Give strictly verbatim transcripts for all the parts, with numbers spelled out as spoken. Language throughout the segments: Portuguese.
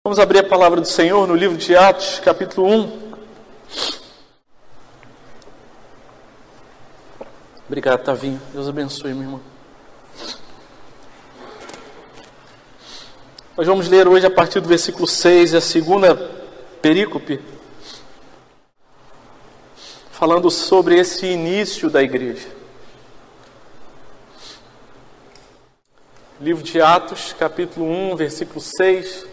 Vamos abrir a palavra do Senhor no livro de Atos, capítulo um. Obrigado, Tavinho. Deus abençoe, meu irmão. Nós vamos ler hoje a partir do versículo seis, a segunda perícope, falando sobre esse início da igreja. Livro de Atos, capítulo um, versículo seis.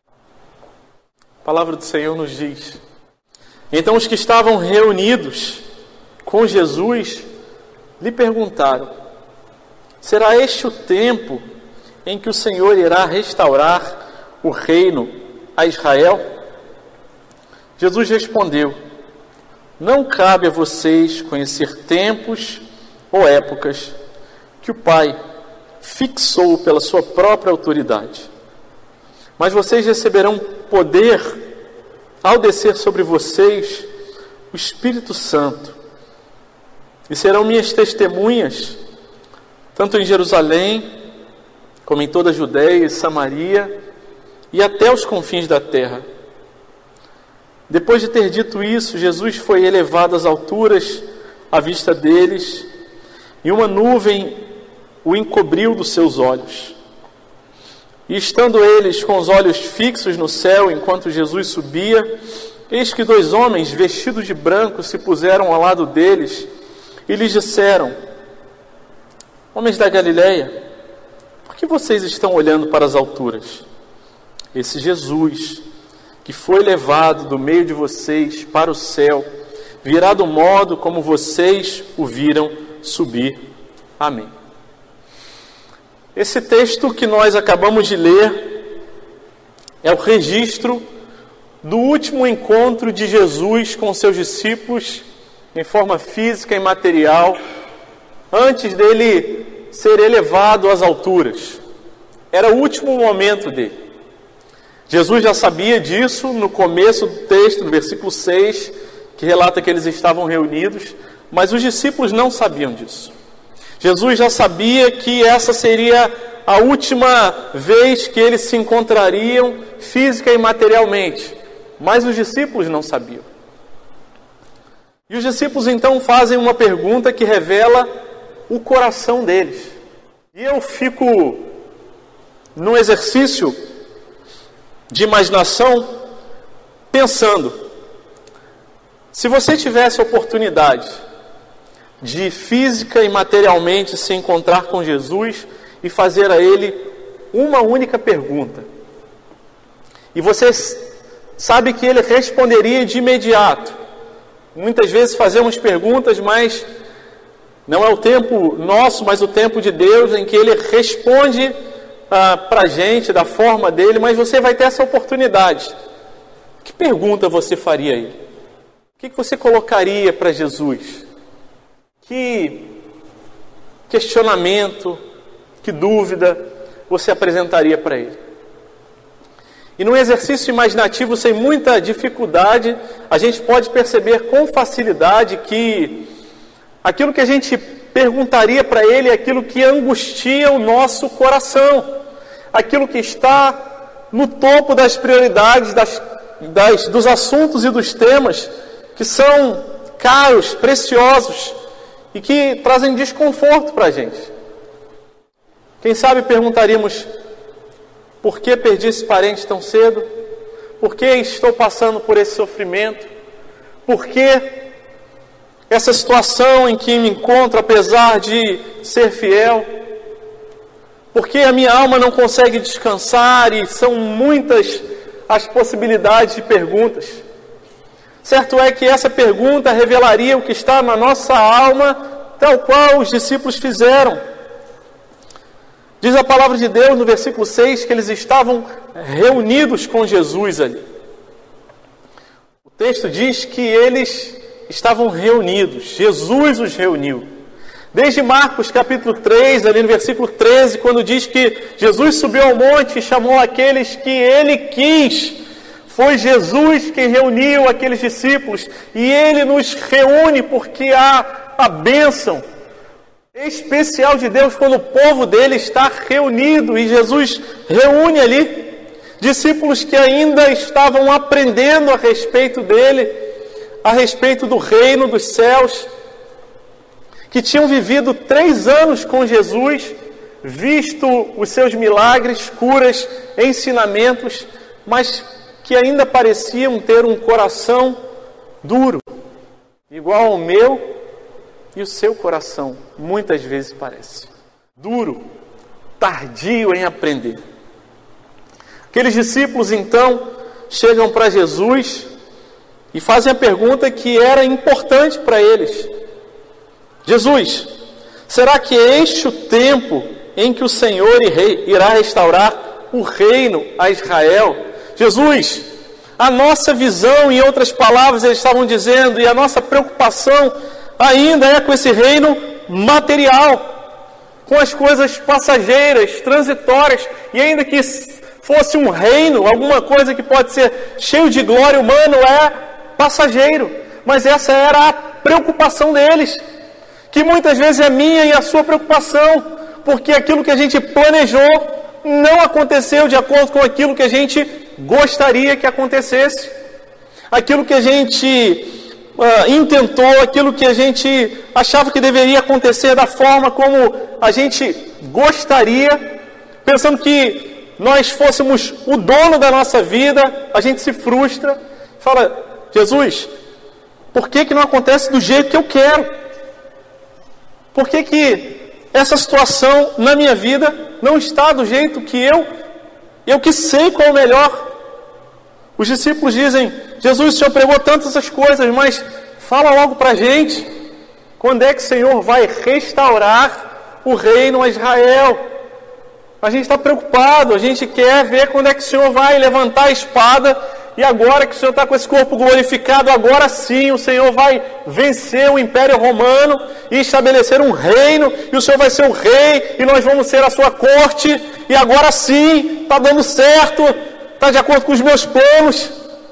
A palavra do Senhor nos diz: Então os que estavam reunidos com Jesus lhe perguntaram: será este o tempo em que o Senhor irá restaurar o reino a Israel? Jesus respondeu: Não cabe a vocês conhecer tempos ou épocas que o Pai fixou pela sua própria autoridade. Mas vocês receberão poder ao descer sobre vocês o Espírito Santo, e serão minhas testemunhas, tanto em Jerusalém, como em toda a Judeia e Samaria, e até os confins da terra. Depois de ter dito isso, Jesus foi elevado às alturas à vista deles, e uma nuvem o encobriu dos seus olhos. E estando eles com os olhos fixos no céu, enquanto Jesus subia, eis que dois homens vestidos de branco se puseram ao lado deles e lhes disseram: Homens da Galileia, por que vocês estão olhando para as alturas? Esse Jesus, que foi levado do meio de vocês para o céu, virá do modo como vocês o viram subir. Amém. Esse texto que nós acabamos de ler é o registro do último encontro de Jesus com seus discípulos em forma física e material, antes dele ser elevado às alturas. Era o último momento dele. Jesus já sabia disso no começo do texto, no versículo seis, que relata que eles estavam reunidos, mas os discípulos não sabiam disso. Jesus já sabia que essa seria a última vez que eles se encontrariam física e materialmente, mas os discípulos não sabiam. E os discípulos então fazem uma pergunta que revela o coração deles. E eu fico num exercício de imaginação pensando: se você tivesse a oportunidade de física e materialmente se encontrar com Jesus e fazer a Ele uma única pergunta, e você sabe que Ele responderia de imediato. Muitas vezes fazemos perguntas, mas não é o tempo nosso, mas o tempo de Deus, em que Ele responde ah, para a gente da forma dele, mas você vai ter essa oportunidade. Que pergunta você faria a Ele? O que você colocaria para Jesus? Que questionamento, que dúvida você apresentaria para Ele? E num exercício imaginativo sem muita dificuldade, a gente pode perceber com facilidade que aquilo que a gente perguntaria para Ele é aquilo que angustia o nosso coração, aquilo que está no topo das prioridades, das, das, dos assuntos e dos temas que são caros, preciosos, e que trazem desconforto para a gente. Quem sabe perguntaríamos: por que perdi esse parente tão cedo? Por que estou passando por esse sofrimento? Por que essa situação em que me encontro, apesar de ser fiel? Por que a minha alma não consegue descansar? E são muitas as possibilidades de perguntas. Certo é que essa pergunta revelaria o que está na nossa alma, tal qual os discípulos fizeram. Diz a palavra de Deus no versículo seis que eles estavam reunidos com Jesus ali. O texto diz que eles estavam reunidos, Jesus os reuniu. Desde Marcos capítulo três, ali no versículo treze, quando diz que Jesus subiu ao monte e chamou aqueles que Ele quis. Foi Jesus quem reuniu aqueles discípulos, e Ele nos reúne porque há a bênção especial de Deus quando o povo dele está reunido, e Jesus reúne ali. discípulos que ainda estavam aprendendo a respeito dele, a respeito do reino dos céus, que tinham vivido três anos com Jesus, visto os seus milagres, curas, ensinamentos, mas que ainda pareciam ter um coração duro, igual ao meu e o seu coração, muitas vezes parece. Duro, tardio em aprender. Aqueles discípulos, então, chegam para Jesus e fazem a pergunta que era importante para eles. Jesus, será que é este o tempo em que o Senhor irá restaurar o reino a Israel? Jesus, a nossa visão, em outras palavras, eles estavam dizendo, e a nossa preocupação ainda é com esse reino material, com as coisas passageiras, transitórias, e ainda que fosse um reino, alguma coisa que pode ser cheio de glória humana, é passageiro. Mas essa era a preocupação deles, que muitas vezes é minha e a sua preocupação, porque aquilo que a gente planejou não aconteceu de acordo com aquilo que a gente gostaria que acontecesse. Aquilo que a gente uh, intentou, aquilo que a gente achava que deveria acontecer da forma como a gente gostaria, pensando que nós fôssemos o dono da nossa vida, a gente se frustra, fala, Jesus, por que que não acontece do jeito que eu quero? Por que que essa situação na minha vida não está do jeito que eu, eu que sei qual é o melhor? Os discípulos dizem, Jesus, o Senhor pregou tantas essas coisas, mas fala logo para a gente, quando é que o Senhor vai restaurar o reino a Israel? A gente está preocupado, a gente quer ver quando é que o Senhor vai levantar a espada, e agora que o Senhor está com esse corpo glorificado, agora sim o Senhor vai vencer o Império Romano e estabelecer um reino, e o Senhor vai ser o rei, e nós vamos ser a sua corte, e agora sim, está dando certo, está de acordo com os meus planos.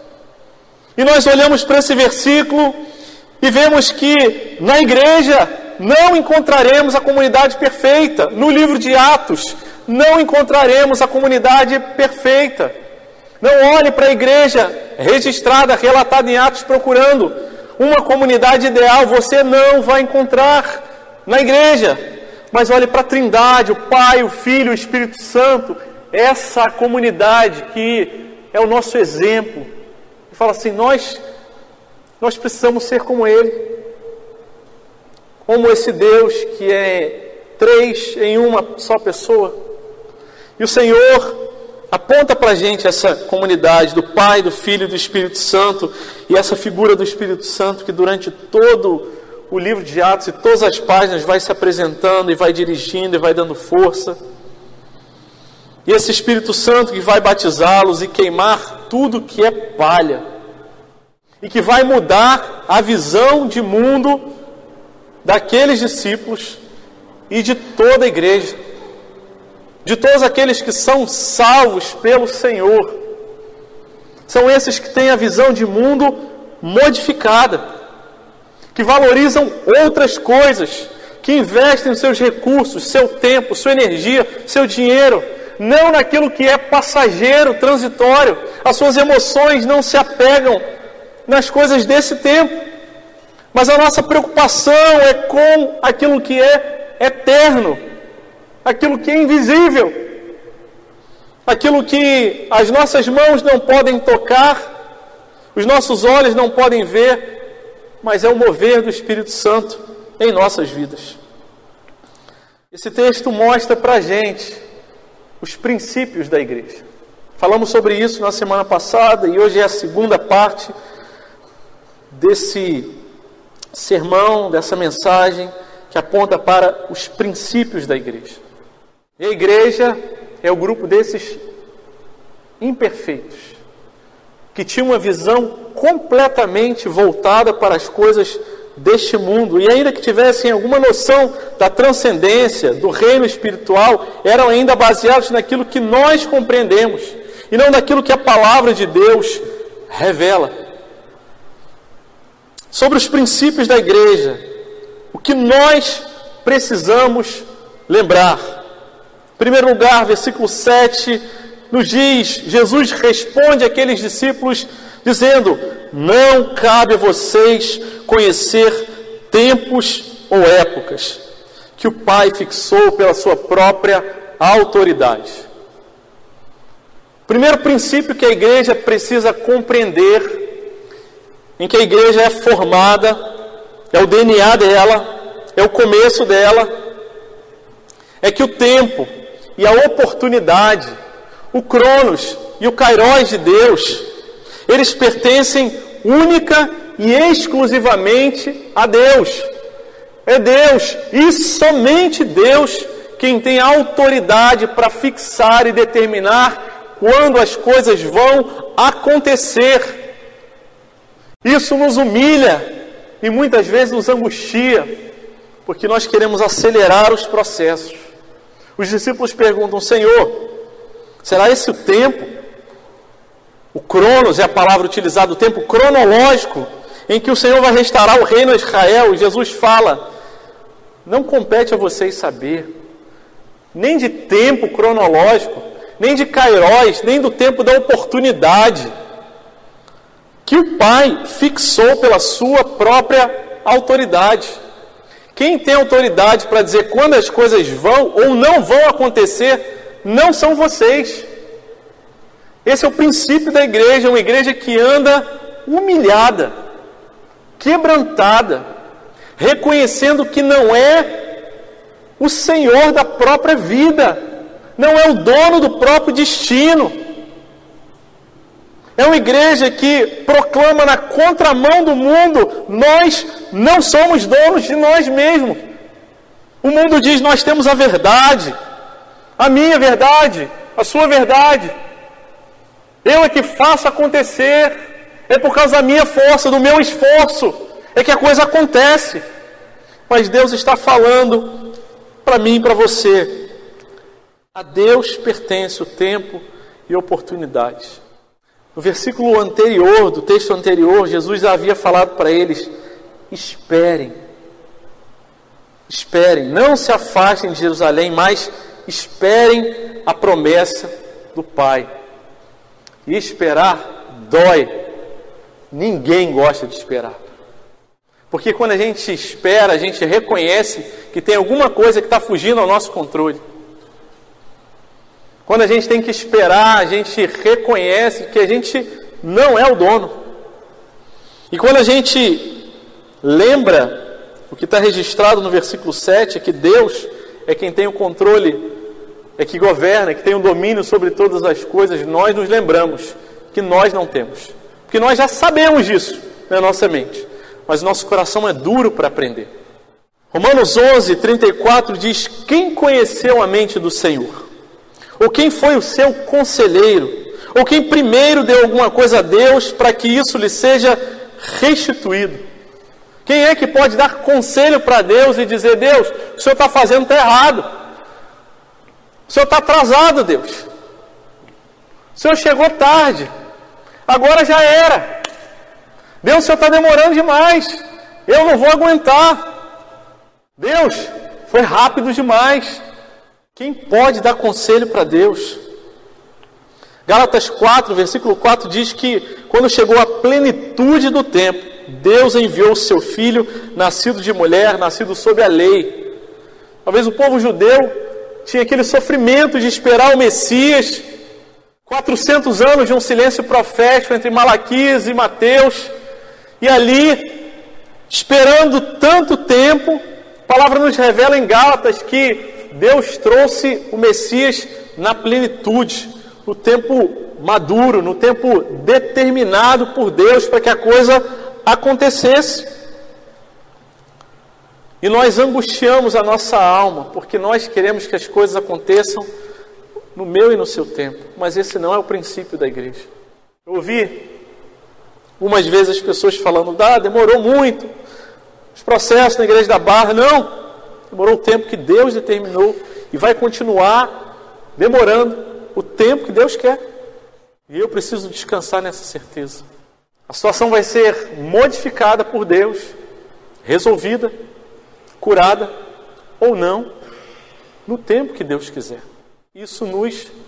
E nós olhamos para esse versículo e vemos que na igreja não encontraremos a comunidade perfeita. No livro de Atos, não encontraremos a comunidade perfeita. Não olhe para a igreja registrada, relatada em Atos, procurando uma comunidade ideal. Você não vai encontrar na igreja. Mas olhe para a Trindade, o Pai, o Filho, o Espírito Santo. Essa comunidade que é o nosso exemplo. E fala assim, nós, nós precisamos ser como Ele. Como esse Deus que é três em uma só pessoa. E o Senhor aponta para a gente essa comunidade do Pai, do Filho e do Espírito Santo, e essa figura do Espírito Santo que durante todo o livro de Atos e todas as páginas vai se apresentando e vai dirigindo e vai dando força. E esse Espírito Santo que vai batizá-los e queimar tudo que é palha, e que vai mudar a visão de mundo daqueles discípulos e de toda a igreja, de todos aqueles que são salvos pelo Senhor. São esses que têm a visão de mundo modificada, que valorizam outras coisas, que investem os seus recursos, seu tempo, sua energia, seu dinheiro, não naquilo que é passageiro, transitório. As suas emoções não se apegam nas coisas desse tempo, mas a nossa preocupação é com aquilo que é eterno, aquilo que é invisível, aquilo que as nossas mãos não podem tocar, os nossos olhos não podem ver, mas é o mover do Espírito Santo em nossas vidas. Esse texto mostra para a gente os princípios da igreja. Falamos sobre isso na semana passada e hoje é a segunda parte desse sermão, dessa mensagem que aponta para os princípios da igreja. E a igreja é o grupo desses imperfeitos, que tinha uma visão completamente voltada para as coisas deste mundo, e ainda que tivessem alguma noção da transcendência, do reino espiritual, eram ainda baseados naquilo que nós compreendemos, e não naquilo que a palavra de Deus revela. Sobre os princípios da igreja, o que nós precisamos lembrar. Em primeiro lugar, versículo sete, nos diz, Jesus responde àqueles discípulos dizendo: não cabe a vocês conhecer tempos ou épocas que o Pai fixou pela sua própria autoridade. O primeiro princípio que a igreja precisa compreender, em que a igreja é formada, é o D N A dela, é o começo dela, é que o tempo e a oportunidade, o Cronos e o Kairos de Deus, eles pertencem única e exclusivamente a Deus. É Deus, e somente Deus, quem tem autoridade para fixar e determinar quando as coisas vão acontecer. Isso nos humilha e muitas vezes nos angustia, porque nós queremos acelerar os processos. Os discípulos perguntam: Senhor, será esse o tempo? O Cronos é a palavra utilizada, o tempo cronológico, em que o Senhor vai restaurar o reino a Israel. E Jesus fala: não compete a vocês saber, nem de tempo cronológico, nem de Kairos, nem do tempo da oportunidade, que o Pai fixou pela sua própria autoridade. Quem tem autoridade para dizer quando as coisas vão ou não vão acontecer, não são vocês. Esse é o princípio da igreja, uma igreja que anda humilhada, quebrantada, reconhecendo que não é o Senhor da própria vida, não é o dono do próprio destino. É uma igreja que proclama na contramão do mundo: nós não somos donos de nós mesmos. O mundo diz: nós temos a verdade, a minha verdade, a sua verdade. Eu é que faço acontecer, é por causa da minha força, do meu esforço, é que a coisa acontece. Mas Deus está falando para mim e para você: a Deus pertence o tempo e oportunidade. No versículo anterior, do texto anterior, Jesus havia falado para eles: esperem, esperem, não se afastem de Jerusalém, mas esperem a promessa do Pai. E esperar dói. Ninguém gosta de esperar. Porque quando a gente espera, a gente reconhece que tem alguma coisa que está fugindo ao nosso controle. Quando a gente tem que esperar, a gente reconhece que a gente não é o dono. E quando a gente lembra o que está registrado no versículo sete, é que Deus é quem tem o controle, é que governa, que tem o domínio sobre todas as coisas, nós nos lembramos que nós não temos. Porque nós já sabemos disso na nossa mente, mas nosso coração é duro para aprender. Romanos onze, trinta e quatro diz: quem conheceu a mente do Senhor? Ou quem foi o seu conselheiro? Ou quem primeiro deu alguma coisa a Deus para que isso lhe seja restituído? Quem é que pode dar conselho para Deus e dizer: Deus, o que o Senhor está fazendo está errado. O Senhor está atrasado, Deus. O Senhor chegou tarde. Agora já era. Deus, o Senhor está demorando demais. Eu não vou aguentar. Deus, foi rápido demais. Quem pode dar conselho para Deus? Gálatas quatro, versículo quatro diz que quando chegou a plenitude do tempo, Deus enviou o seu Filho, nascido de mulher, nascido sob a lei. Talvez o povo judeu tinha aquele sofrimento de esperar o Messias, quatrocentos anos de um silêncio profético entre Malaquias e Mateus, e ali, esperando tanto tempo, a palavra nos revela em Gálatas que Deus trouxe o Messias na plenitude, no tempo maduro, no tempo determinado por Deus para que a coisa acontecesse. E nós angustiamos a nossa alma, porque nós queremos que as coisas aconteçam no meu e no seu tempo. Mas esse não é o princípio da igreja. Eu ouvi algumas vezes as pessoas falando: ah, demorou muito, os processos na igreja da Barra. Não, demorou o tempo que Deus determinou e vai continuar demorando o tempo que Deus quer. E eu preciso descansar nessa certeza. A situação vai ser modificada por Deus, resolvida, curada ou não, no tempo que Deus quiser. Isso nos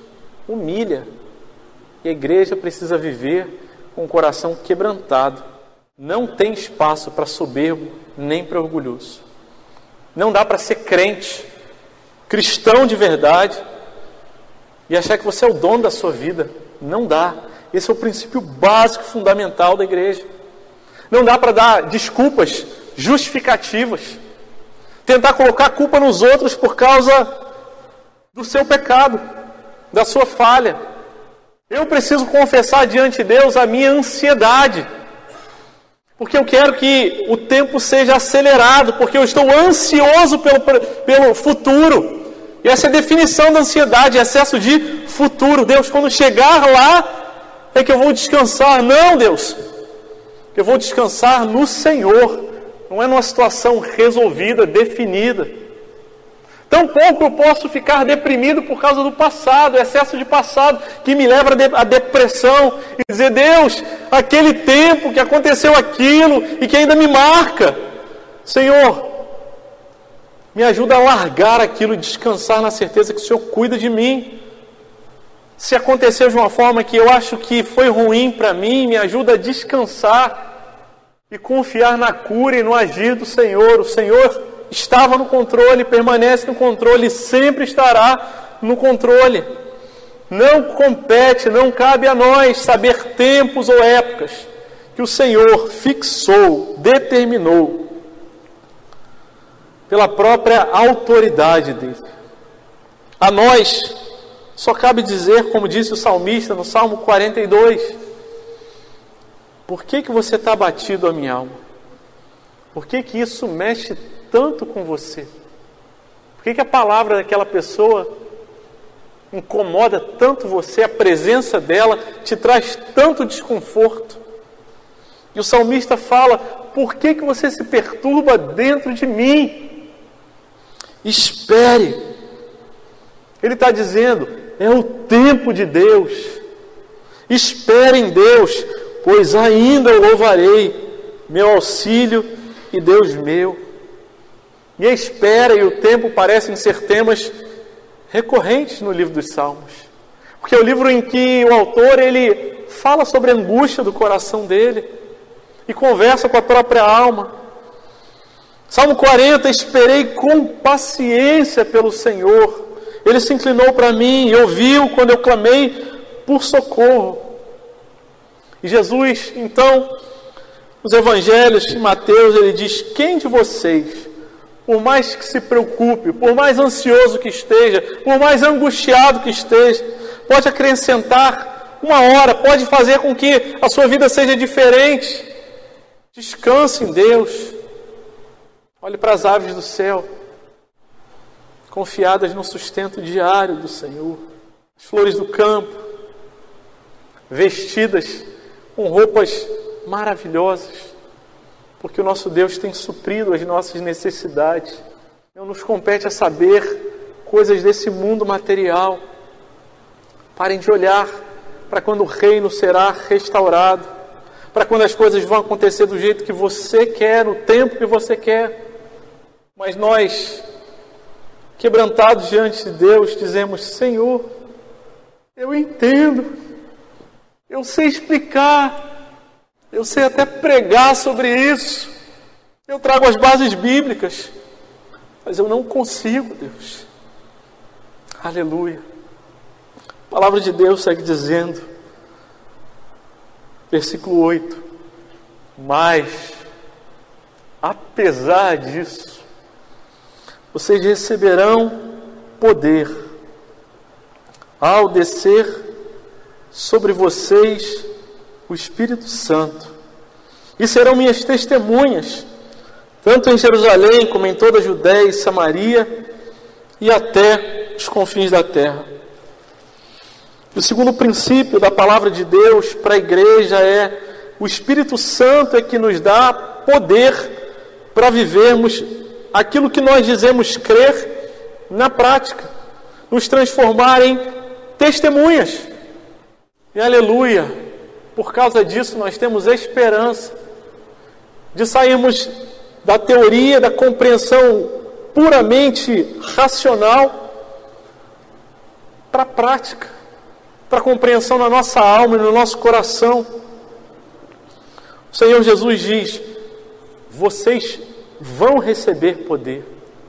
humilha. E a igreja precisa viver com o coração quebrantado. Não tem espaço para soberbo nem para orgulhoso. Não dá para ser crente, cristão de verdade, e achar que você é o dono da sua vida. Não dá. Esse é o princípio básico, fundamental da igreja. Não dá para dar desculpas justificativas. Tentar colocar a culpa nos outros por causa do seu pecado, da sua falha. Eu preciso confessar diante de Deus a minha ansiedade. Porque eu quero que o tempo seja acelerado, porque eu estou ansioso pelo, pelo futuro. E essa é a definição da ansiedade, excesso de futuro. Deus, quando chegar lá, é que eu vou descansar. Não, Deus. Eu vou descansar no Senhor. Não é numa situação resolvida, definida. Tampouco eu posso ficar deprimido por causa do passado, excesso de passado, que me leva à depressão. E dizer, Deus, aquele tempo que aconteceu aquilo e que ainda me marca. Senhor, me ajuda a largar aquilo e descansar na certeza que o Senhor cuida de mim. Se aconteceu de uma forma que eu acho que foi ruim para mim, me ajuda a descansar e confiar na cura e no agir do Senhor. O Senhor estava no controle, permanece no controle, sempre estará no controle. Não compete, não cabe a nós saber tempos ou épocas que o Senhor fixou, determinou pela própria autoridade dele. A nós só cabe dizer, como disse o salmista no Salmo quarenta e dois, por que que você está abatido, a minha alma? Por que que isso mexe tanto com você? Por que que a palavra daquela pessoa incomoda tanto você? A presença dela te traz tanto desconforto? E o salmista fala, por que que você se perturba dentro de mim? Espere. Ele está dizendo, é o tempo de Deus. Espere em Deus, pois ainda eu louvarei, meu auxílio e Deus meu. E a espera e o tempo parecem ser temas recorrentes no livro dos Salmos. Porque é o livro em que o autor ele fala sobre a angústia do coração dele e conversa com a própria alma. Salmo quarenta, esperei com paciência pelo Senhor. Ele se inclinou para mim e ouviu quando eu clamei por socorro. E Jesus, então, nos evangelhos de Mateus, ele diz, quem de vocês, por mais que se preocupe, por mais ansioso que esteja, por mais angustiado que esteja, pode acrescentar uma hora, pode fazer com que a sua vida seja diferente? Descanse em Deus. Olhe para as aves do céu, confiadas no sustento diário do Senhor. As flores do campo, vestidas com roupas maravilhosas, porque o nosso Deus tem suprido as nossas necessidades. Não nos compete a saber coisas desse mundo material. Parem de olhar para quando o reino será restaurado, para quando as coisas vão acontecer do jeito que você quer, no tempo que você quer. Mas nós, quebrantados diante de Deus, dizemos, Senhor, eu entendo, eu sei explicar, eu sei até pregar sobre isso, eu trago as bases bíblicas, mas eu não consigo, Deus. Aleluia. A palavra de Deus segue dizendo, versículo oito, mas, apesar disso, vocês receberão poder ao descer sobre vocês o Espírito Santo. E serão minhas testemunhas, tanto em Jerusalém como em toda a Judéia e Samaria e até os confins da terra. O segundo princípio da palavra de Deus para a igreja é o Espírito Santo é que nos dá poder para vivermos aquilo que nós dizemos crer na prática, nos transformar em testemunhas. E aleluia, por causa disso nós temos esperança de sairmos da teoria, da compreensão puramente racional para a prática. para compreensão na nossa alma e no nosso coração. O Senhor Jesus diz: vocês vão receber poder.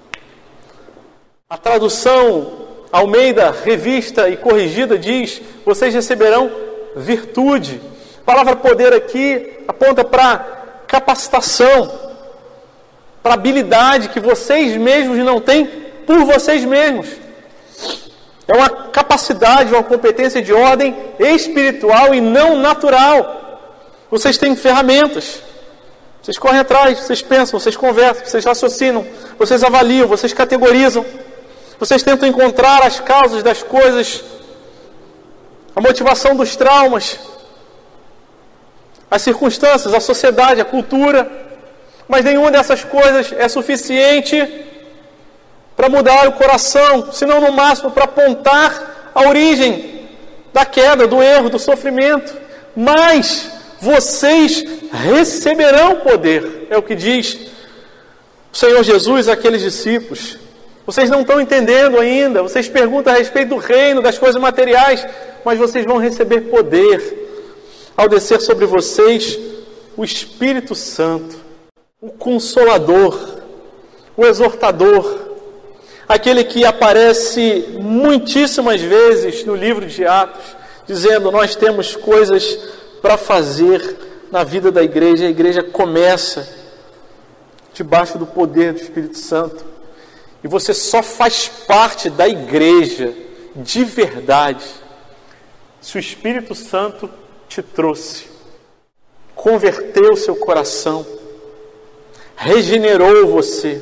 A tradução Almeida, revista e corrigida, diz: vocês receberão virtude. A palavra poder aqui aponta para capacitação, para habilidade que vocês mesmos não têm por vocês mesmos. É uma capacidade, uma competência de ordem espiritual e não natural. Vocês têm ferramentas. Vocês correm atrás, vocês pensam, vocês conversam, vocês raciocinam, vocês avaliam, vocês categorizam. Vocês tentam encontrar as causas das coisas, a motivação dos traumas, as circunstâncias, a sociedade, a cultura. Mas nenhuma dessas coisas é suficiente para mudar o coração, senão no máximo para apontar a origem da queda, do erro, do sofrimento. Mas vocês receberão poder, é o que diz o Senhor Jesus àqueles discípulos. Vocês não estão entendendo ainda, vocês perguntam a respeito do reino, das coisas materiais, mas vocês vão receber poder ao descer sobre vocês o Espírito Santo, o Consolador, o Exortador, aquele que aparece muitíssimas vezes no livro de Atos, dizendo: nós temos coisas para fazer na vida da igreja. A igreja começa debaixo do poder do Espírito Santo. E você só faz parte da igreja de verdade se o Espírito Santo te trouxe, converteu seu coração, regenerou você.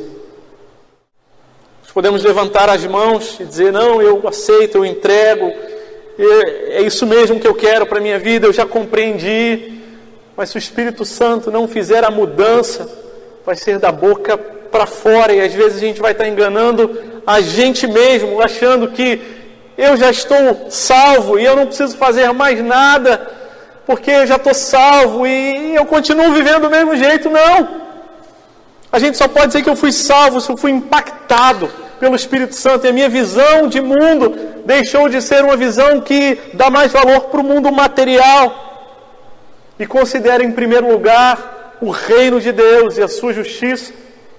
Nós podemos levantar as mãos e dizer: não, eu aceito, eu entrego, é isso mesmo que eu quero para a minha vida, eu já compreendi. Mas se o Espírito Santo não fizer a mudança, vai ser da boca para fora, e às vezes a gente vai estar enganando a gente mesmo, achando que eu já estou salvo e eu não preciso fazer mais nada, porque eu já estou salvo e eu continuo vivendo do mesmo jeito. Não! A gente só pode dizer que eu fui salvo se eu fui impactado pelo Espírito Santo, e a minha visão de mundo deixou de ser uma visão que dá mais valor para o mundo material e considera em primeiro lugar o reino de Deus e a sua justiça.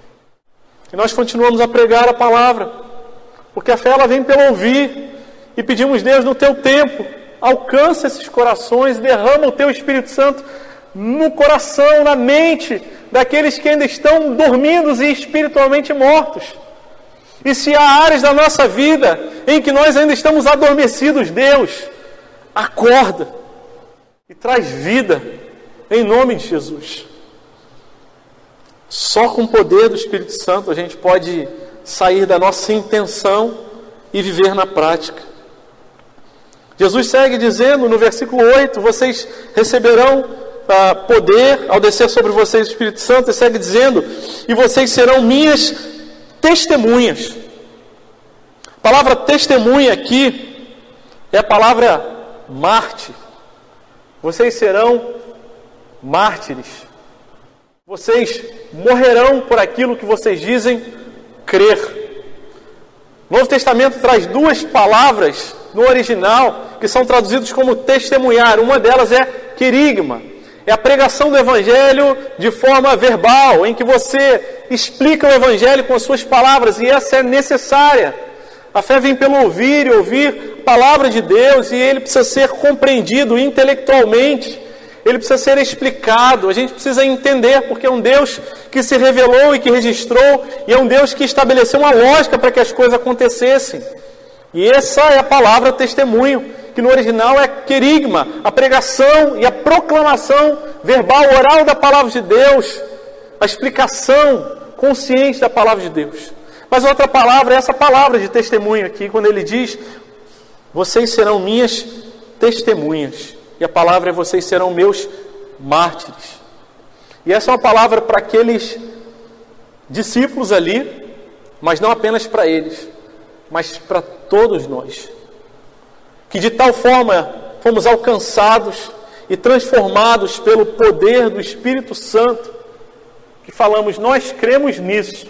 E nós continuamos a pregar a palavra, porque a fé ela vem pelo ouvir, e pedimos: Deus, no teu tempo, alcança esses corações, derrama o teu Espírito Santo no coração, na mente daqueles que ainda estão dormindo e espiritualmente mortos. E se há áreas da nossa vida em que nós ainda estamos adormecidos, Deus, acorda e traz vida em nome de Jesus. Só com o poder do Espírito Santo a gente pode sair da nossa intenção e viver na prática. Jesus segue dizendo no versículo oito: vocês receberão ah, poder ao descer sobre vocês o Espírito Santo. E segue dizendo: e vocês serão minhas testemunhas. A palavra testemunha aqui é a palavra mártir. Vocês serão mártires. Vocês morrerão por aquilo que vocês dizem crer. O Novo Testamento traz duas palavras no original que são traduzidas como testemunhar. Uma delas é querigma. É a pregação do Evangelho de forma verbal, em que você explica o Evangelho com as suas palavras, e essa é necessária. A fé vem pelo ouvir, e ouvir a palavra de Deus, e ele precisa ser compreendido intelectualmente. Ele precisa ser explicado, a gente precisa entender, porque é um Deus que se revelou e que registrou, e é um Deus que estabeleceu uma lógica para que as coisas acontecessem. E essa é a palavra testemunho, que no original é querigma, a pregação e a proclamação verbal, oral da palavra de Deus, a explicação consciente da palavra de Deus. Mas outra palavra é essa palavra de testemunho aqui, quando ele diz: vocês serão minhas testemunhas. E a palavra é: vocês serão meus mártires. E essa é uma palavra para aqueles discípulos ali, mas não apenas para eles, mas para todos nós, que de tal forma fomos alcançados e transformados pelo poder do Espírito Santo, que falamos: nós cremos nisso,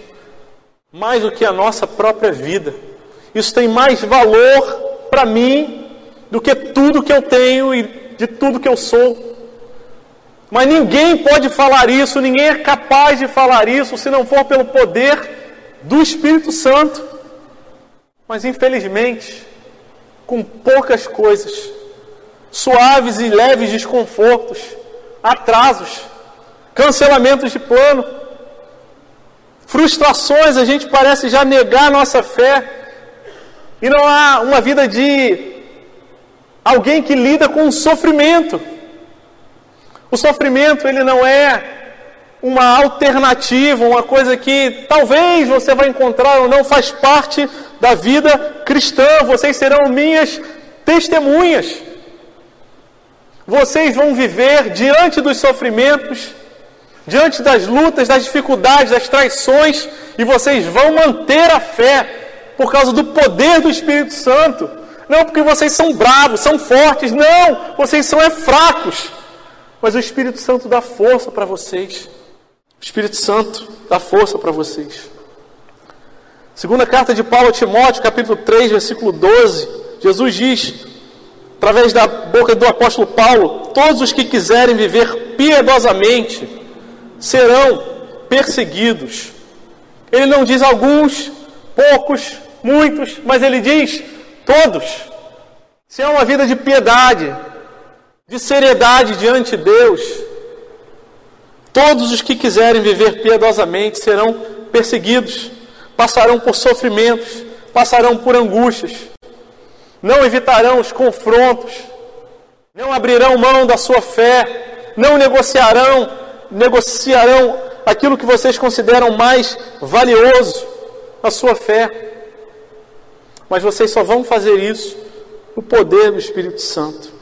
mais do que a nossa própria vida. Isso tem mais valor para mim do que tudo que eu tenho e de tudo que eu sou. Mas ninguém pode falar isso, ninguém é capaz de falar isso se não for pelo poder do Espírito Santo. Mas infelizmente, com poucas coisas, suaves e leves desconfortos, atrasos, cancelamentos de plano, frustrações, a gente parece já negar a nossa fé, e não há uma vida de alguém que lida com o sofrimento. O sofrimento, ele não é uma alternativa, uma coisa que talvez você vai encontrar ou não, faz parte da vida cristã. Vocês serão minhas testemunhas. Vocês vão viver diante dos sofrimentos, diante das lutas, das dificuldades, das traições, e vocês vão manter a fé por causa do poder do Espírito Santo. Não porque vocês são bravos, são fortes, não, vocês são é fracos. Mas o Espírito Santo dá força para vocês. O Espírito Santo dá força para vocês. Segunda carta de Paulo a Timóteo, capítulo três, versículo doze, Jesus diz, através da boca do apóstolo Paulo: todos os que quiserem viver piedosamente serão perseguidos. Ele não diz alguns, poucos, muitos, mas ele diz todos. Se é uma vida de piedade, de seriedade diante de Deus, todos os que quiserem viver piedosamente serão perseguidos, passarão por sofrimentos, passarão por angústias, não evitarão os confrontos, não abrirão mão da sua fé, não negociarão, negociarão aquilo que vocês consideram mais valioso, a sua fé. Mas vocês só vão fazer isso no poder do Espírito Santo.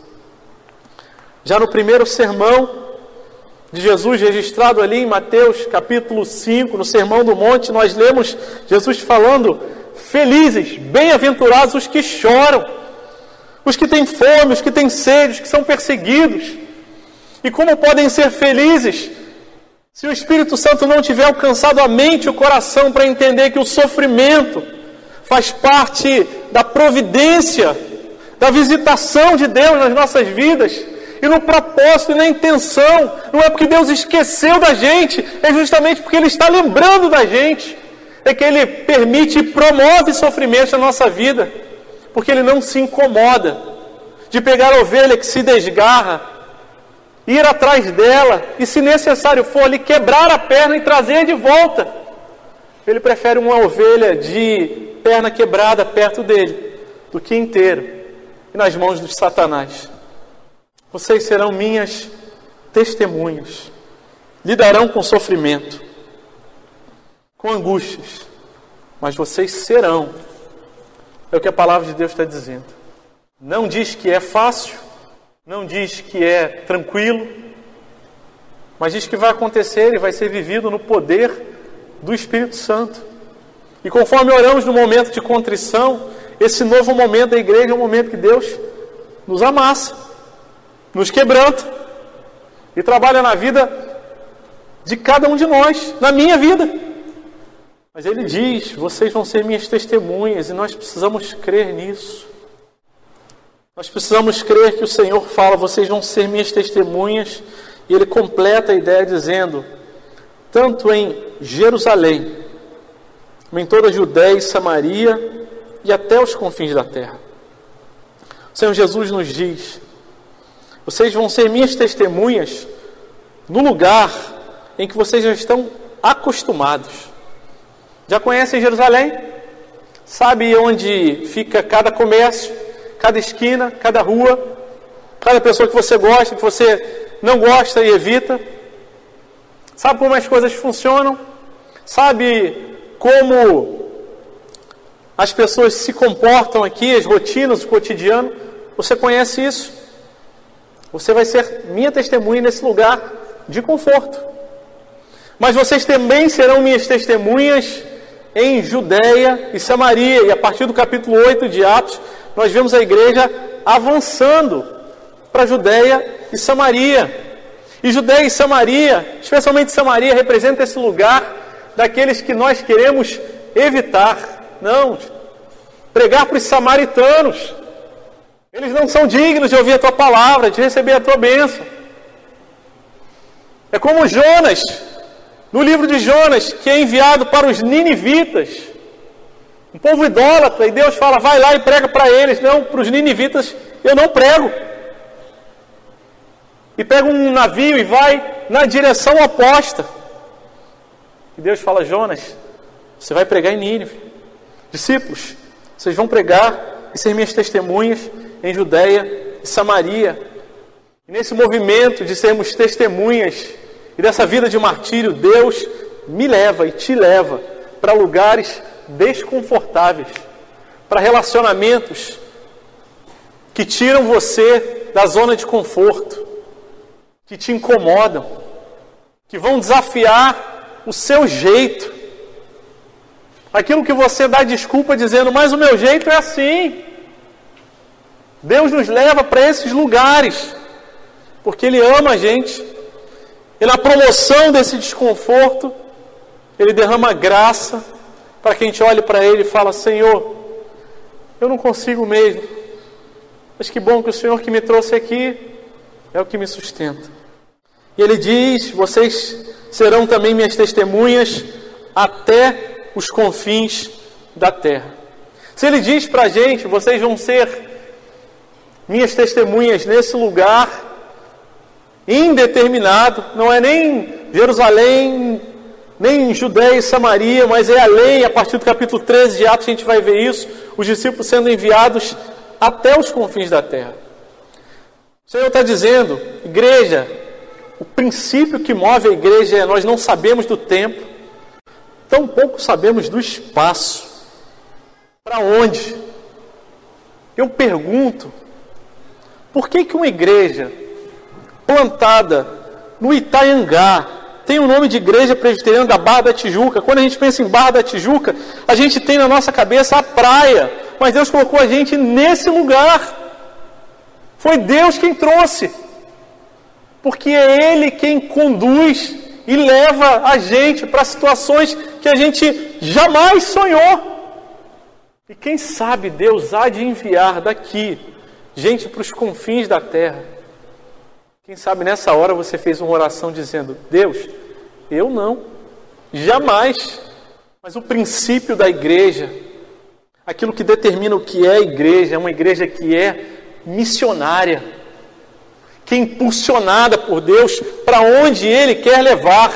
Já no primeiro sermão de Jesus, registrado ali em Mateus capítulo cinco, no Sermão do Monte, nós lemos Jesus falando: felizes, bem-aventurados os que choram, os que têm fome, os que têm sede, os que são perseguidos. E como podem ser felizes se o Espírito Santo não tiver alcançado a mente e o coração para entender que o sofrimento faz parte da providência, da visitação de Deus nas nossas vidas, e no propósito e na intenção? Não é porque Deus esqueceu da gente, é justamente porque Ele está lembrando da gente. É que Ele permite e promove sofrimentos na nossa vida, porque Ele não se incomoda de pegar a ovelha que se desgarra, ir atrás dela e, se necessário for, ali quebrar a perna e trazer de volta. Ele prefere uma ovelha de perna quebrada perto dele do que inteira e nas mãos de Satanás. Vocês serão minhas testemunhas, lidarão com sofrimento, com angústias, mas vocês serão. É o que a palavra de Deus está dizendo. Não diz que é fácil, não diz que é tranquilo, mas diz que vai acontecer e vai ser vivido no poder do Espírito Santo. E conforme oramos no momento de contrição, esse novo momento da igreja é um momento que Deus nos amassa, nos quebranta e trabalha na vida de cada um de nós, na minha vida. Mas Ele diz: vocês vão ser minhas testemunhas, e nós precisamos crer nisso. Nós precisamos crer que o Senhor fala: vocês vão ser minhas testemunhas, e Ele completa a ideia dizendo: tanto em Jerusalém, como em toda a Judéia e Samaria e até os confins da terra. O Senhor Jesus nos diz: vocês vão ser minhas testemunhas no lugar em que vocês já estão acostumados. Já conhecem Jerusalém? Sabe onde fica cada comércio, cada esquina, cada rua, cada pessoa que você gosta, que você não gosta e evita? Sabe como as coisas funcionam? Sabe como as pessoas se comportam aqui, as rotinas, o cotidiano? Você conhece isso? Você vai ser minha testemunha nesse lugar de conforto. Mas vocês também serão minhas testemunhas em Judéia e Samaria. E a partir do capítulo oito de Atos, nós vemos a igreja avançando para Judéia e Samaria. E Judéia e Samaria, especialmente Samaria, representa esse lugar daqueles que nós queremos evitar. Não, pregar para os samaritanos. Eles não são dignos de ouvir a tua palavra, de receber a tua bênção. É como Jonas, no livro de Jonas, que é enviado para os ninivitas, um povo idólatra, e Deus fala, vai lá e prega para eles. Não, para os ninivitas eu não prego. E pega um navio e vai na direção oposta. E Deus fala, Jonas, você vai pregar em Nínive. Discípulos, vocês vão pregar e ser minhas testemunhas em Judeia e Samaria. E nesse movimento de sermos testemunhas e dessa vida de martírio, Deus me leva e te leva para lugares desconfortáveis, para relacionamentos que tiram você da zona de conforto, que te incomodam, que vão desafiar o seu jeito. Aquilo que você dá desculpa dizendo, mas o meu jeito é assim. Deus nos leva para esses lugares, porque Ele ama a gente. E na promoção desse desconforto, Ele derrama graça para que a gente olhe para Ele e fala, Senhor, eu não consigo mesmo, mas que bom que o Senhor que me trouxe aqui é o que me sustenta. E Ele diz, vocês serão também minhas testemunhas até os confins da terra. Se Ele diz para a gente, vocês vão ser minhas testemunhas nesse lugar indeterminado, não é nem Jerusalém, nem Judeia e Samaria, mas é além, a partir do capítulo treze de Atos a gente vai ver isso, os discípulos sendo enviados até os confins da terra. O Senhor está dizendo, igreja, o princípio que move a igreja é nós não sabemos do tempo, tampouco sabemos do espaço. Para onde? Eu pergunto, por que que uma igreja plantada no Itaiangá tem o nome de Igreja Presbiteriana da Barra da Tijuca? Quando a gente pensa em Barra da Tijuca, a gente tem na nossa cabeça a praia, mas Deus colocou a gente nesse lugar. Foi Deus quem trouxe, porque é Ele quem conduz e leva a gente para situações que a gente jamais sonhou. E quem sabe Deus há de enviar daqui gente para os confins da terra. Quem sabe nessa hora você fez uma oração dizendo, Deus, eu não, jamais. Mas o princípio da igreja, aquilo que determina o que é a igreja, é uma igreja que é missionária, que é impulsionada por Deus para onde Ele quer levar.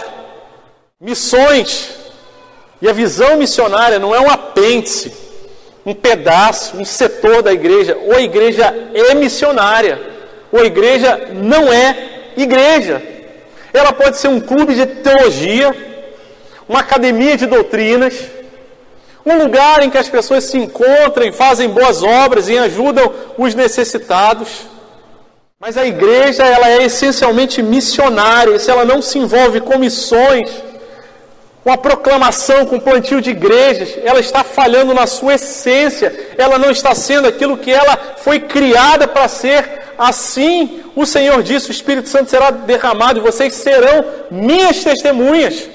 Missões. E a visão missionária não é um apêndice, um pedaço, um setor da igreja. Ou a igreja é missionária, ou a igreja não é igreja. Ela pode ser um clube de teologia, uma academia de doutrinas, um lugar em que as pessoas se encontram, fazem boas obras e ajudam os necessitados. Mas a igreja, ela é essencialmente missionária. Se ela não se envolve com missões, com a proclamação, com o plantio de igrejas, ela está falhando na sua essência. Ela não está sendo aquilo que ela foi criada para ser. Assim, o Senhor disse, o Espírito Santo será derramado e vocês serão minhas testemunhas.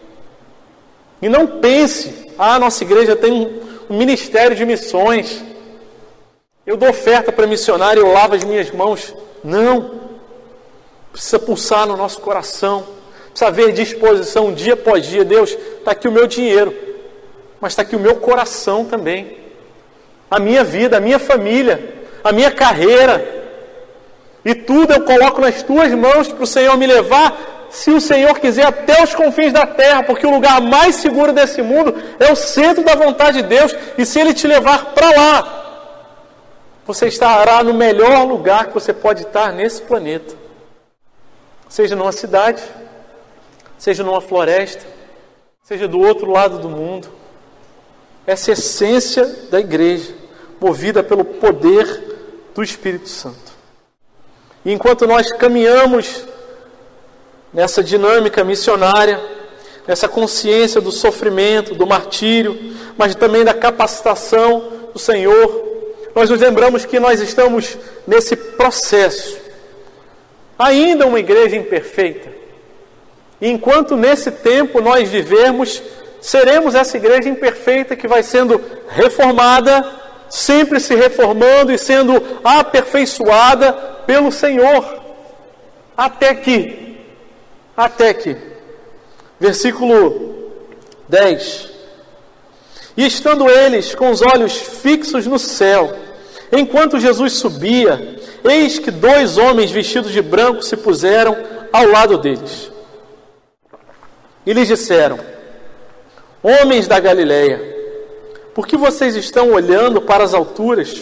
E não pense, ah, a nossa igreja tem um, um ministério de missões. Eu dou oferta para missionário, eu lavo as minhas mãos. Não. Precisa pulsar no nosso coração. Precisa haver disposição dia após dia. Deus, está aqui o meu dinheiro, mas está aqui o meu coração também. A minha vida, a minha família, a minha carreira. E tudo eu coloco nas tuas mãos para o Senhor me levar, se o Senhor quiser, até os confins da terra, porque o lugar mais seguro desse mundo é o centro da vontade de Deus. E se Ele te levar para lá, você estará no melhor lugar que você pode estar nesse planeta. Seja numa cidade, seja numa floresta, seja do outro lado do mundo. Essa é a essência da igreja, movida pelo poder do Espírito Santo. E enquanto nós caminhamos nessa dinâmica missionária, nessa consciência do sofrimento, do martírio, mas também da capacitação do Senhor, nós nos lembramos que nós estamos nesse processo. Ainda uma igreja imperfeita. E enquanto nesse tempo nós vivermos, seremos essa igreja imperfeita que vai sendo reformada sempre se reformando e sendo aperfeiçoada pelo Senhor. Até que, até que, versículo dez. E estando eles com os olhos fixos no céu, enquanto Jesus subia, eis que dois homens vestidos de branco se puseram ao lado deles. E lhes disseram: homens da Galileia, por que vocês estão olhando para as alturas?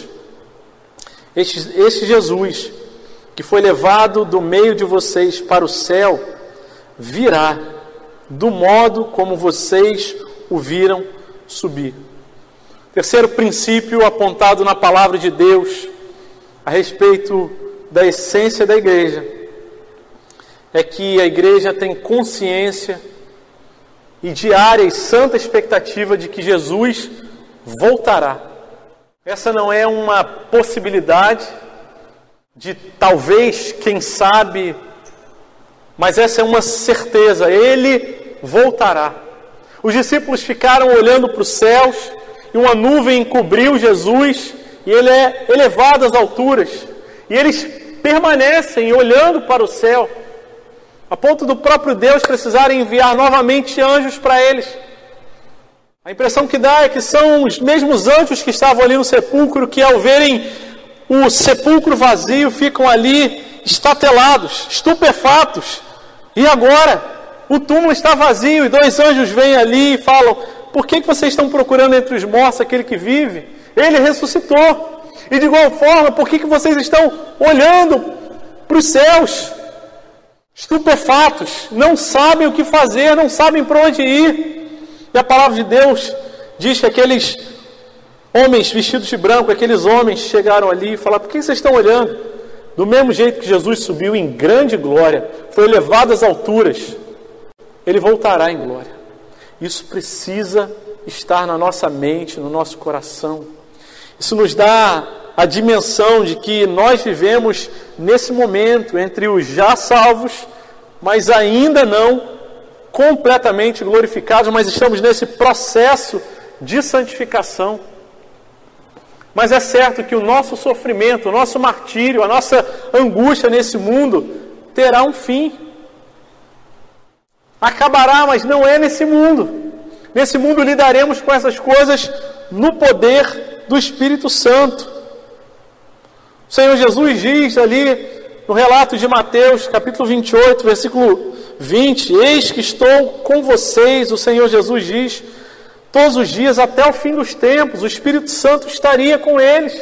Este, este Jesus, que foi levado do meio de vocês para o céu, virá do modo como vocês o viram subir. Terceiro princípio apontado na palavra de Deus a respeito da essência da igreja é que a igreja tem consciência e diária e santa expectativa de que Jesus voltará. Essa não é uma possibilidade de talvez, quem sabe, mas essa é uma certeza: Ele voltará. Os discípulos ficaram olhando para os céus e uma nuvem encobriu Jesus e Ele é elevado às alturas. E eles permanecem olhando para o céu, a ponto do próprio Deus precisar enviar novamente anjos para eles. A impressão que dá é que são os mesmos anjos que estavam ali no sepulcro, que ao verem o sepulcro vazio, ficam ali estatelados, estupefatos. E agora, o túmulo está vazio e dois anjos vêm ali e falam: por que vocês estão procurando entre os mortos aquele que vive? Ele ressuscitou. E de igual forma, por que vocês estão olhando para os céus? Estupefatos, não sabem o que fazer, não sabem para onde ir. E a palavra de Deus diz que aqueles homens vestidos de branco, aqueles homens chegaram ali e falaram: por que vocês estão olhando? Do mesmo jeito que Jesus subiu em grande glória, foi elevado às alturas, Ele voltará em glória. Isso precisa estar na nossa mente, no nosso coração. Isso nos dá a dimensão de que nós vivemos nesse momento entre os já salvos, mas ainda não completamente glorificados, mas estamos nesse processo de santificação. Mas é certo que o nosso sofrimento, o nosso martírio, a nossa angústia nesse mundo terá um fim. Acabará, mas não é nesse mundo. Nesse mundo lidaremos com essas coisas no poder do Espírito Santo. O Senhor Jesus diz ali no relato de Mateus, capítulo vinte e oito, versículo vinte: eis que estou com vocês, o Senhor Jesus diz, todos os dias até o fim dos tempos. O Espírito Santo estaria com eles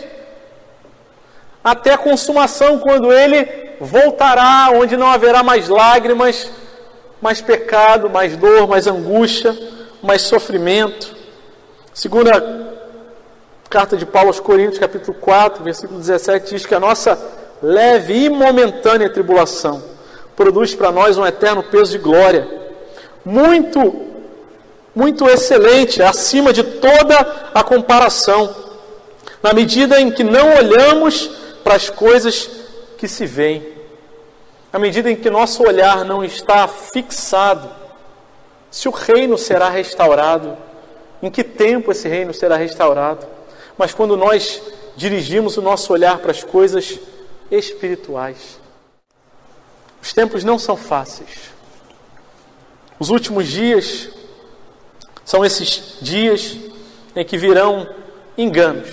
até a consumação, quando Ele voltará, onde não haverá mais lágrimas, mais pecado, mais dor, mais angústia, mais sofrimento. Segunda carta de Paulo aos Coríntios, capítulo quatro, versículo dezessete, diz que a nossa leve e momentânea tribulação produz para nós um eterno peso de glória, muito, muito excelente, acima de toda a comparação, na medida em que não olhamos para as coisas que se veem, na medida em que nosso olhar não está fixado, se o reino será restaurado, em que tempo esse reino será restaurado. Mas quando nós dirigimos o nosso olhar para as coisas espirituais. Os tempos não são fáceis. Os últimos dias são esses dias em que virão enganos.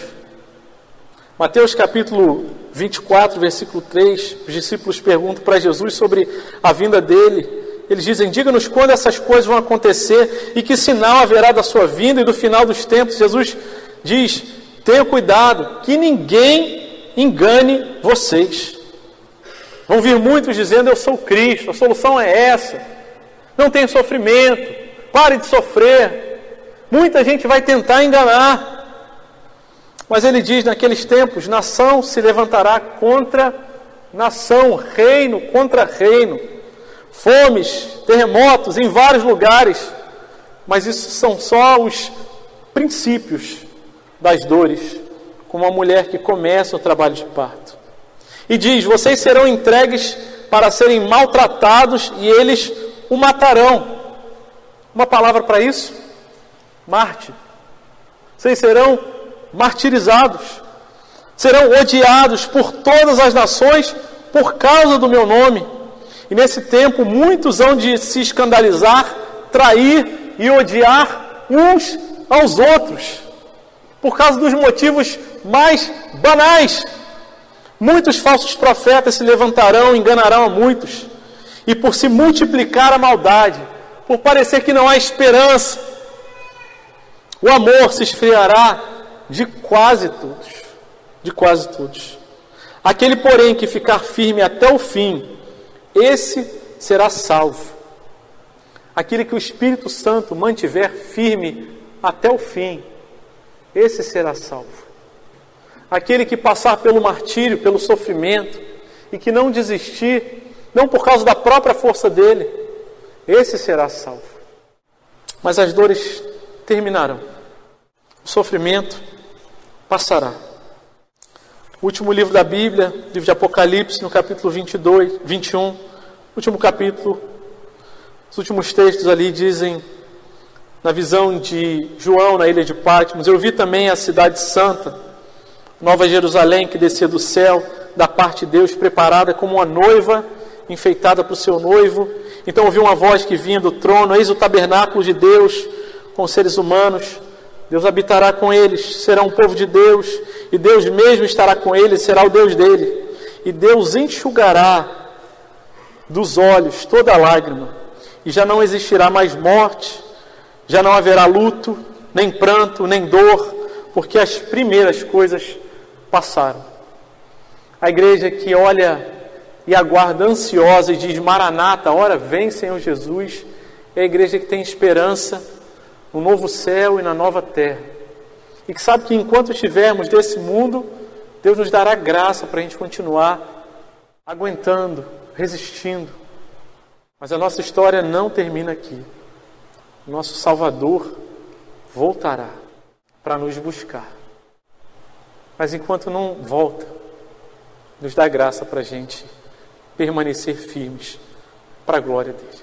Mateus capítulo vinte e quatro, versículo três, os discípulos perguntam para Jesus sobre a vinda dele. Eles dizem: diga-nos quando essas coisas vão acontecer e que sinal haverá da sua vinda e do final dos tempos. Jesus diz: tenha cuidado, que ninguém engane vocês. Vão vir muitos dizendo: eu sou Cristo, a solução é essa. Não tem sofrimento, pare de sofrer. Muita gente vai tentar enganar. Mas ele diz: naqueles tempos, nação se levantará contra nação, reino contra reino. Fomes, terremotos em vários lugares. Mas isso são só os princípios das dores, como a mulher que começa o trabalho de parto. E diz: vocês serão entregues para serem maltratados e eles o matarão. Uma palavra para isso? Marte. Vocês serão martirizados, serão odiados por todas as nações por causa do meu nome. E nesse tempo muitos hão de se escandalizar, trair e odiar uns aos outros, por causa dos motivos mais banais. Muitos falsos profetas se levantarão e enganarão a muitos. E por se multiplicar a maldade, por parecer que não há esperança, o amor se esfriará de quase todos. De quase todos. Aquele, porém, que ficar firme até o fim, esse será salvo. Aquele que o Espírito Santo mantiver firme até o fim, esse será salvo. Aquele que passar pelo martírio, pelo sofrimento, e que não desistir, não por causa da própria força dele, esse será salvo. Mas as dores terminarão. O sofrimento passará. O último livro da Bíblia, livro de Apocalipse, no capítulo vinte e dois, vinte e um, último capítulo, os últimos textos ali dizem, na visão de João na ilha de Patmos: eu vi também a cidade santa, Nova Jerusalém, que descia do céu, da parte de Deus, preparada como uma noiva enfeitada para o seu noivo. Então ouvi uma voz que vinha do trono: eis o tabernáculo de Deus com os seres humanos. Deus habitará com eles, será um povo de Deus, e Deus mesmo estará com eles, será o Deus dele. E Deus enxugará dos olhos toda lágrima, e já não existirá mais morte, já não haverá luto, nem pranto, nem dor, porque as primeiras coisas passaram. A igreja que olha e aguarda ansiosa e diz: Maranata, ora vem, Senhor Jesus, é a igreja que tem esperança no novo céu e na nova terra. E que sabe que enquanto estivermos desse mundo, Deus nos dará graça para a gente continuar aguentando, resistindo. Mas a nossa história não termina aqui. O nosso Salvador voltará para nos buscar. Mas enquanto não volta, nos dá graça para a gente permanecer firmes para a glória dele.